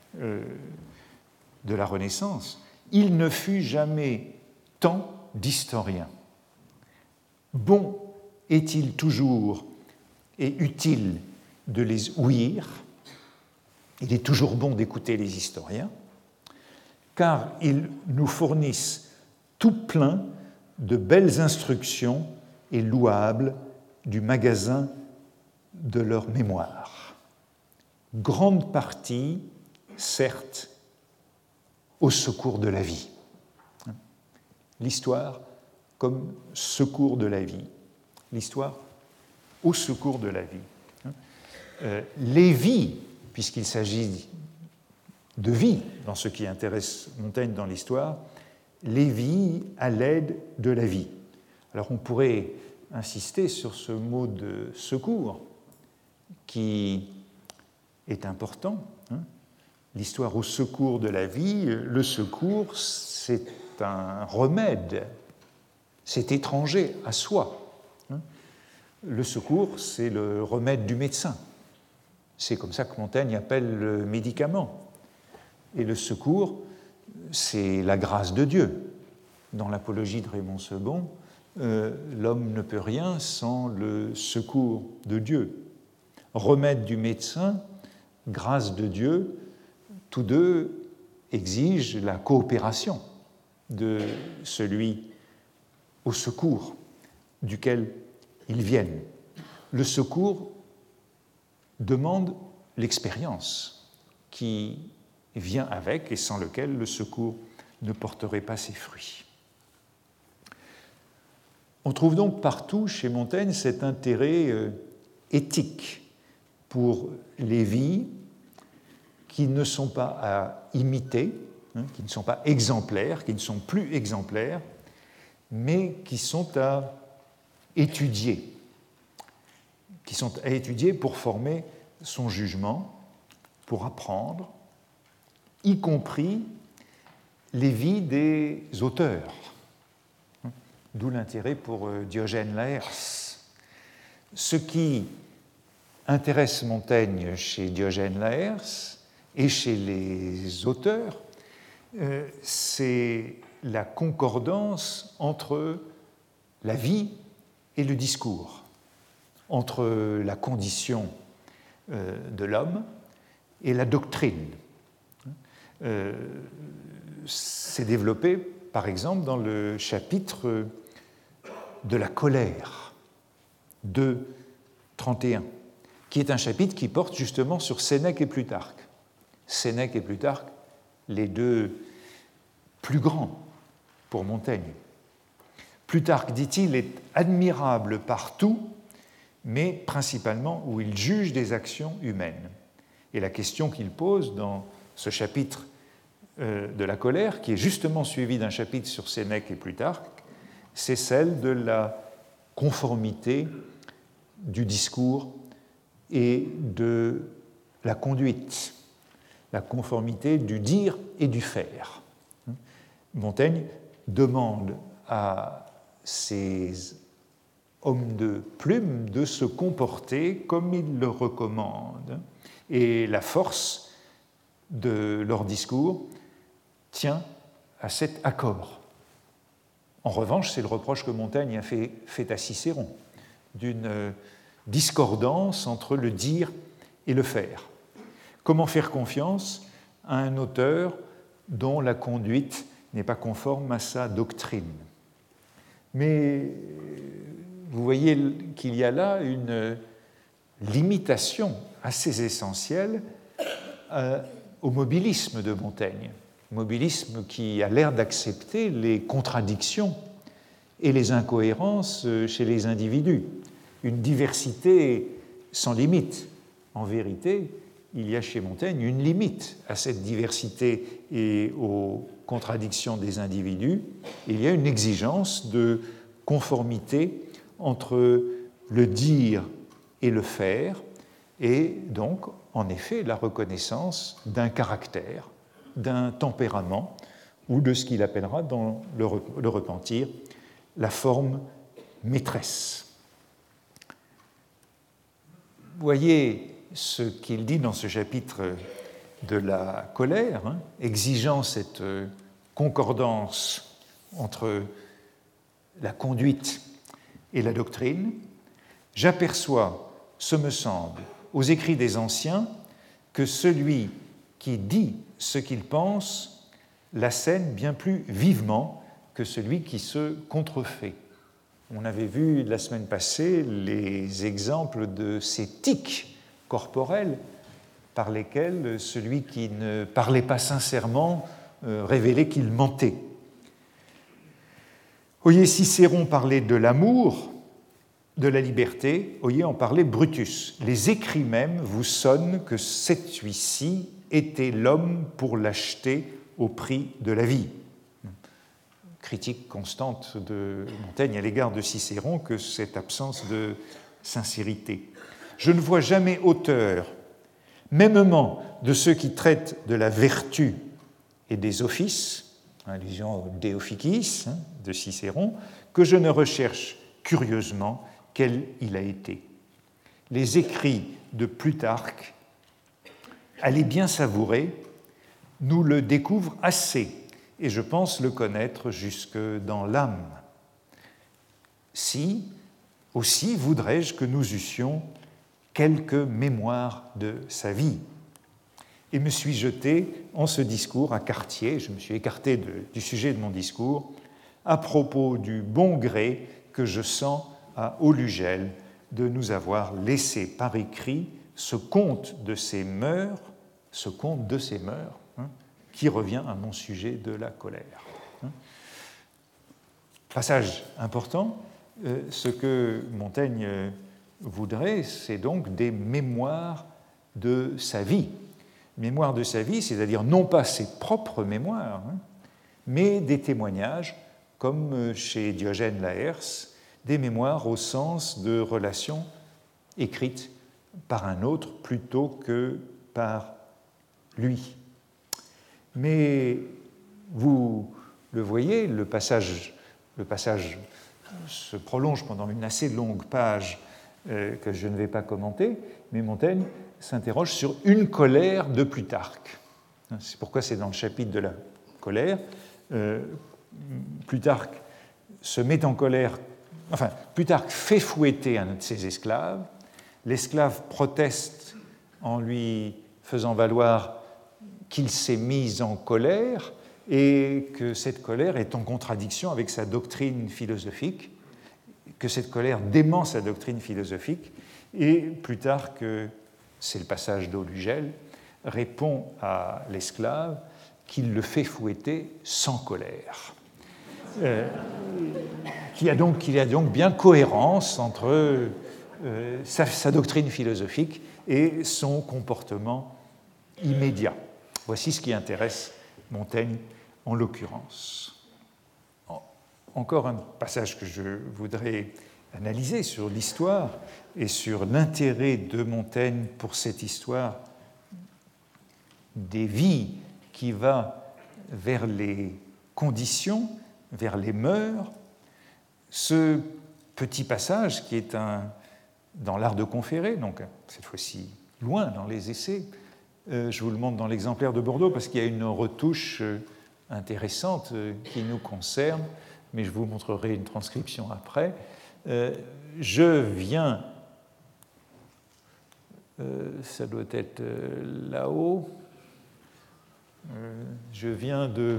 de la Renaissance, il ne fut jamais tant d'historiens. Bon est-il toujours et utile de les ouïr, il est toujours bon d'écouter les historiens, car ils nous fournissent tout plein de belles instructions et louables du magasin de leur mémoire. Grande partie, certes, au secours de la vie. L'histoire comme secours de la vie. L'histoire au secours de la vie. Les vies, puisqu'il s'agit de vie dans ce qui intéresse Montaigne dans l'histoire, les vies à l'aide de la vie. Alors on pourrait insister sur ce mot de secours qui est important. L'histoire au secours de la vie, le secours, c'est un remède, c'est étranger à soi. Le secours, c'est le remède du médecin. C'est comme ça que Montaigne appelle le médicament. Et le secours, c'est la grâce de Dieu. Dans l'Apologie de Raymond II, l'homme ne peut rien sans le secours de Dieu. Remède du médecin, grâce de Dieu, tous deux exigent la coopération de celui au secours duquel ils viennent. Le secours demande l'expérience qui vient avec et sans lequel le secours ne porterait pas ses fruits. On trouve donc partout chez Montaigne cet intérêt éthique pour les vies qui ne sont pas à imiter, qui ne sont pas exemplaires, qui ne sont plus exemplaires, mais qui sont à étudier, pour former son jugement, pour apprendre, y compris les vies des auteurs. D'où l'intérêt pour Diogène Laërce. Ce qui intéresse Montaigne chez Diogène Laërce et chez les auteurs, c'est la concordance entre la vie et le discours, entre la condition de l'homme et la doctrine. C'est développé, par exemple, dans le chapitre de la colère, 2.31, qui est un chapitre qui porte justement sur Sénèque et Plutarque. Sénèque et Plutarque, les deux plus grands pour Montaigne. Plutarque, dit-il, est admirable partout, mais principalement où il juge des actions humaines. Et la question qu'il pose dans ce chapitre de la colère, qui est justement suivi d'un chapitre sur Sénèque et Plutarque, c'est celle de la conformité du discours et de la conduite, la conformité du dire et du faire. Montaigne demande à ses hommes de plume de se comporter comme il le recommande. Et la force de leur discours tient à cet accord. En revanche, c'est le reproche que Montaigne a fait à Cicéron, d'une discordance entre le dire et le faire. Comment faire confiance à un auteur dont la conduite n'est pas conforme à sa doctrine? Mais vous voyez qu'il y a là une limitation assez essentielle au mobilisme de Montaigne, mobilisme qui a l'air d'accepter les contradictions et les incohérences chez les individus, une diversité sans limite. En vérité, il y a chez Montaigne une limite à cette diversité et aux contradictions des individus. Il y a une exigence de conformité entre le dire et le faire, et donc, en effet, la reconnaissance d'un caractère, d'un tempérament, ou de ce qu'il appellera dans le Repentir la forme maîtresse. Vous voyez ce qu'il dit dans ce chapitre de la colère, exigeant cette concordance entre la conduite et la doctrine. J'aperçois, ce me semble, aux écrits des anciens, que celui qui dit ce qu'il pense l'assène bien plus vivement que celui qui se contrefait. On avait vu la semaine passée les exemples de ces tics corporels par lesquels celui qui ne parlait pas sincèrement révélait qu'il mentait. Voyez, Cicéron parlait de l'amour, de la liberté, voyez, en parlait Brutus. Les écrits même vous sonnent que celui-ci était l'homme pour l'acheter au prix de la vie. Critique constante de Montaigne à l'égard de Cicéron que cette absence de sincérité. Je ne vois jamais auteur, mêmement de ceux qui traitent de la vertu et des offices, allusion au De Officiis de Cicéron, que je ne recherche curieusement quel il a été. Les écrits de Plutarque, à les bien savourer, nous le découvrent assez, et je pense le connaître jusque dans l'âme. Si, aussi, voudrais-je que nous eussions quelques mémoires de sa vie. Et me suis jeté en ce discours à Cartier, je me suis écarté du sujet de mon discours, à propos du bon gré que je sens à Aulugel de nous avoir laissé par écrit ce conte de ses mœurs, qui revient à mon sujet de la colère. Passage important, ce que Montaigne voudrait, c'est donc des mémoires de sa vie. Mémoires de sa vie, c'est-à-dire non pas ses propres mémoires, mais des témoignages, comme chez Diogène Laërce, des mémoires au sens de relations écrites par un autre plutôt que par lui. Mais vous le voyez, le passage se prolonge pendant une assez longue page que je ne vais pas commenter, mais Montaigne s'interroge sur une colère de Plutarque. C'est pourquoi c'est dans le chapitre de la colère. Plutarque se met en colère, Plutarque fait fouetter un de ses esclaves. L'esclave proteste en lui faisant valoir qu'il s'est mis en colère et que cette colère est en contradiction avec sa doctrine philosophique, que cette colère dément sa doctrine philosophique, et Plutarque, c'est le passage d'Aulugel, répond à l'esclave qu'il le fait fouetter sans colère. Qu'il y a donc bien cohérence entre sa doctrine philosophique et son comportement immédiat. Voici ce qui intéresse Montaigne en l'occurrence. Encore un passage que je voudrais analyser sur l'histoire et sur l'intérêt de Montaigne pour cette histoire des vies qui va vers les conditions, vers les mœurs. Ce petit passage qui est dans l'art de conférer, donc cette fois-ci loin dans les essais. Je vous le montre dans l'exemplaire de Bordeaux parce qu'il y a une retouche intéressante qui nous concerne, mais je vous montrerai une transcription après. Je viens, ça doit être là-haut, je viens de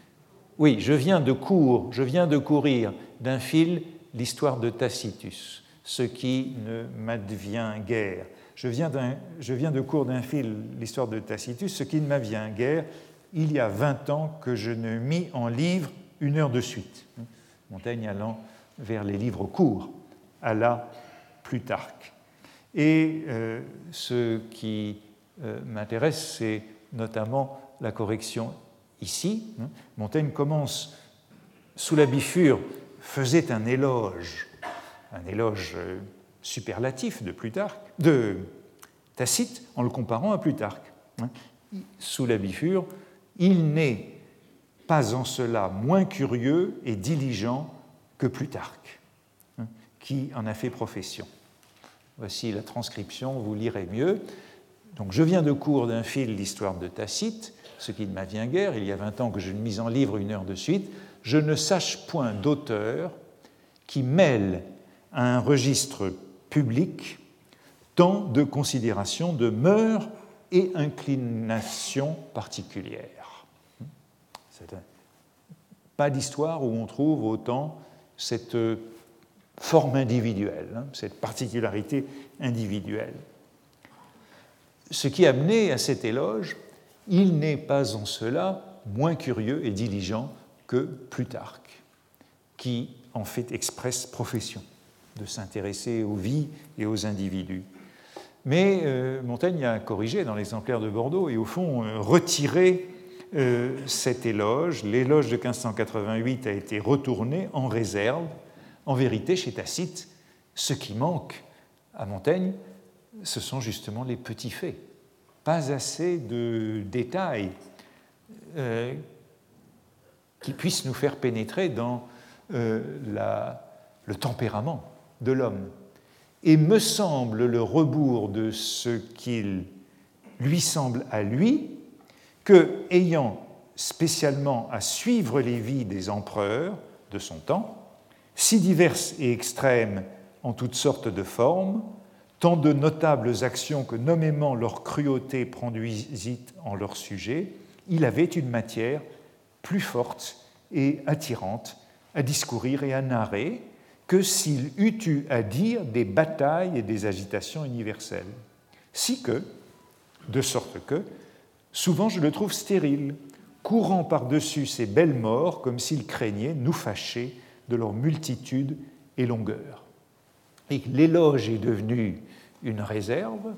courir d'un fil l'histoire de Tacitus, ce qui ne m'advient guère. Je viens de courir d'un fil l'histoire de Tacitus, ce qui ne m'advient guère. Il y a 20 ans que je ne mis en livre une heure de suite. Montaigne allant vers les livres courts, à la Plutarque. Et ce qui m'intéresse, c'est notamment la correction ici. Montaigne commence sous la bifure, faisait un éloge superlatif de Tacite, en le comparant à Plutarque. Sous la bifure, il n'est pas en cela moins curieux et diligent que Plutarque, qui en a fait profession. Voici la transcription, vous lirez mieux. Donc, je viens de cours d'un fil l'histoire de Tacite, ce qui ne m'advient guère, il y a 20 ans que je ne mis en livre une heure de suite, je ne sache point d'auteur qui mêle à un registre public tant de considérations de mœurs et inclinations particulières. Pas d'histoire où on trouve autant cette forme individuelle, cette particularité individuelle. Ce qui a mené à cet éloge, il n'est pas en cela moins curieux et diligent que Plutarque, qui en fait expresse profession de s'intéresser aux vies et aux individus. Mais Montaigne a corrigé dans l'exemplaire de Bordeaux et au fond retiré cet éloge. L'éloge de 1588 a été retourné en réserve. En vérité, chez Tacite, ce qui manque à Montaigne, ce sont justement les petits faits. Pas assez de détails qui puissent nous faire pénétrer dans le tempérament de l'homme. Et me semble le rebours de ce qu'il lui semble à lui, que, ayant spécialement à suivre les vies des empereurs de son temps, si diverses et extrêmes en toutes sortes de formes, tant de notables actions que nommément leur cruauté produisit en leur sujet, il avait une matière plus forte et attirante à discourir et à narrer que s'il eût eu à dire des batailles et des agitations universelles. Si que, de sorte que, souvent je le trouve stérile, courant par-dessus ces belles morts comme s'il craignait nous fâcher de leur multitude et longueur. Et l'éloge est devenu une réserve,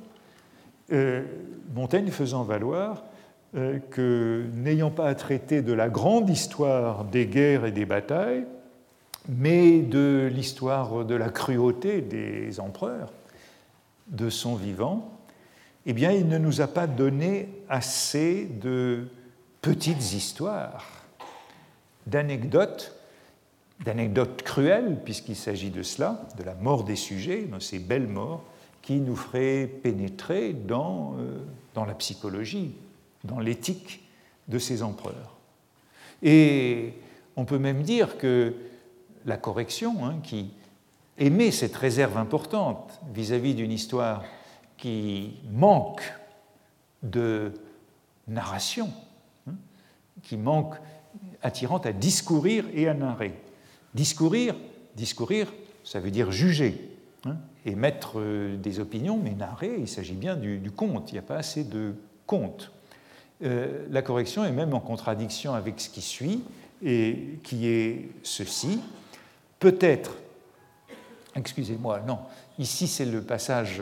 Montaigne faisant valoir que, n'ayant pas à traiter de la grande histoire des guerres et des batailles, mais de l'histoire de la cruauté des empereurs de son vivant, eh bien, il ne nous a pas donné assez de petites histoires, d'anecdotes cruelles, puisqu'il s'agit de cela, de la mort des sujets, de ces belles morts, qui nous feraient pénétrer dans la psychologie, dans l'éthique de ces empereurs. Et on peut même dire que la correction, qui émet cette réserve importante vis-à-vis d'une histoire qui manque de narration, qui manque attirante à discourir et à narrer. Discourir, ça veut dire juger, émettre des opinions, mais narrer, il s'agit bien du conte, il n'y a pas assez de conte. La correction est même en contradiction avec ce qui suit, et qui est ceci. Peut-être, excusez-moi, non, ici c'est le passage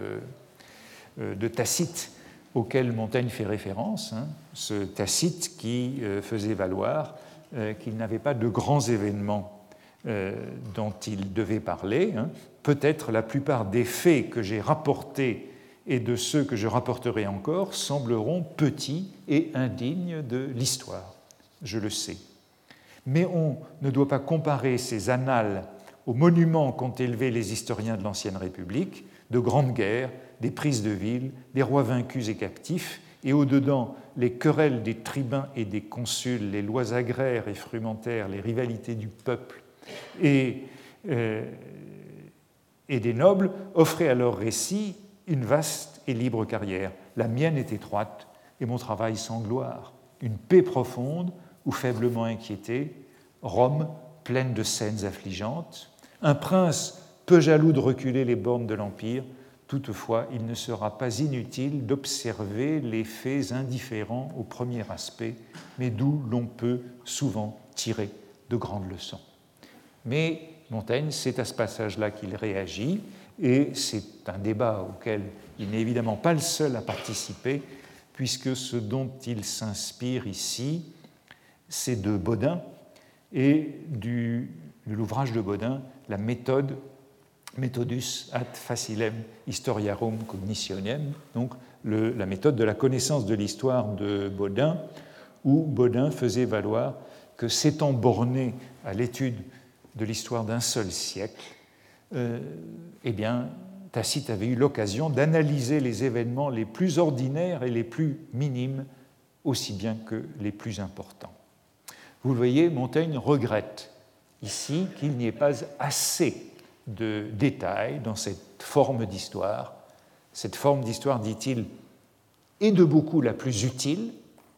de Tacite auquel Montaigne fait référence, ce Tacite qui faisait valoir qu'il n'avait pas de grands événements dont il devait parler. Peut-être la plupart des faits que j'ai rapportés et de ceux que je rapporterai encore sembleront petits et indignes de l'histoire, je le sais. Mais on ne doit pas comparer ces annales aux monuments qu'ont élevés les historiens de l'Ancienne République, de grandes guerres, des prises de villes, des rois vaincus et captifs, et au-dedans les querelles des tribuns et des consuls, les lois agraires et frumentaires, les rivalités du peuple et des nobles, offraient à leur récit une vaste et libre carrière. La mienne est étroite et mon travail sans gloire. Une paix profonde ou faiblement inquiétée, Rome pleine de scènes affligeantes, un prince peu jaloux de reculer les bornes de l'Empire. Toutefois, il ne sera pas inutile d'observer les faits indifférents au premier aspect, mais d'où l'on peut souvent tirer de grandes leçons. Mais Montaigne, c'est à ce passage-là qu'il réagit, et c'est un débat auquel il n'est évidemment pas le seul à participer, puisque ce dont il s'inspire ici, c'est de Bodin et de l'ouvrage de Bodin, la méthode Methodus ad facilem historiarum cognitionem, donc la méthode de la connaissance de l'histoire de Bodin, où Bodin faisait valoir que s'étant borné à l'étude de l'histoire d'un seul siècle, eh bien, Tacite avait eu l'occasion d'analyser les événements les plus ordinaires et les plus minimes, aussi bien que les plus importants. Vous le voyez, Montaigne regrette ici qu'il n'y ait pas assez de détails dans cette forme d'histoire. Cette forme d'histoire, dit-il, est de beaucoup la plus utile,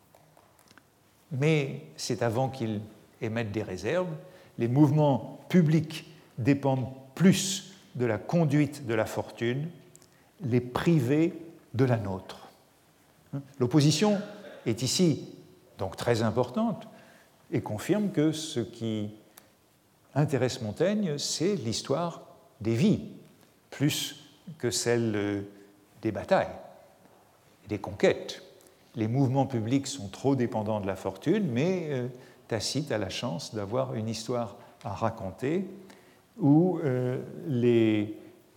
mais c'est avant qu'il émette des réserves. Les mouvements publics dépendent plus de la conduite de la fortune, les privés de la nôtre. L'opposition est ici donc très importante et confirme que ce qui intéresse Montaigne, c'est l'histoire des vies, plus que celle des batailles et des conquêtes. Les mouvements publics sont trop dépendants de la fortune, mais Tacite a la chance d'avoir une histoire à raconter où les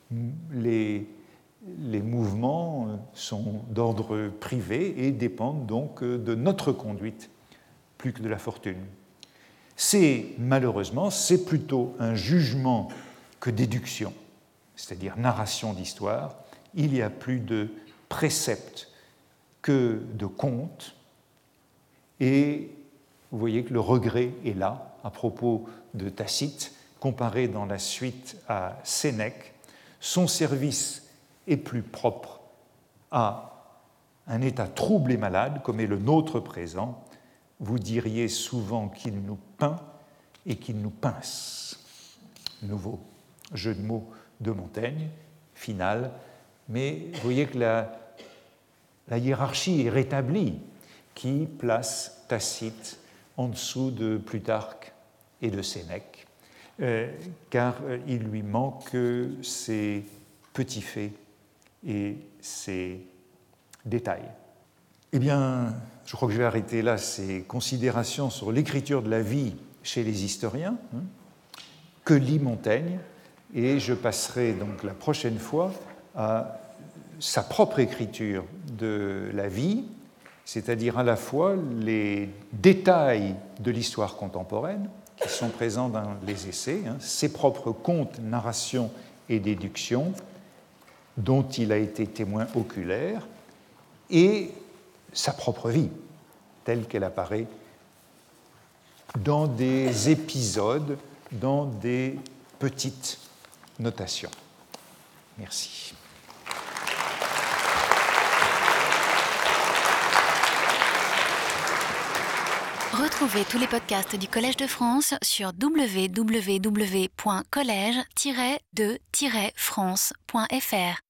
mouvements sont d'ordre privé et dépendent donc de notre conduite plus que de la fortune. Malheureusement, c'est plutôt un jugement que déduction, c'est-à-dire narration d'histoire. Il y a plus de préceptes que de contes, et vous voyez que le regret est là à propos de Tacite, comparé dans la suite à Sénèque. Son service est plus propre à un état trouble et malade, comme est le nôtre présent. Vous diriez souvent qu'il nous peint et qu'il nous pince. Nouveau jeu de mots de Montaigne, final, mais vous voyez que la hiérarchie est rétablie, qui place Tacite en dessous de Plutarque et de Sénèque, car il lui manque ces petits faits et ces détails. Eh bien, je crois que je vais arrêter là ces considérations sur l'écriture de la vie chez les historiens. Que lit Montaigne? Et je passerai donc la prochaine fois à sa propre écriture de la vie, c'est-à-dire à la fois les détails de l'histoire contemporaine qui sont présents dans les essais, ses propres contes, narrations et déductions dont il a été témoin oculaire, et sa propre vie, telle qu'elle apparaît dans des épisodes, dans des petites notations. Merci. Retrouvez tous les podcasts du Collège de France sur www.collège-de-france.fr.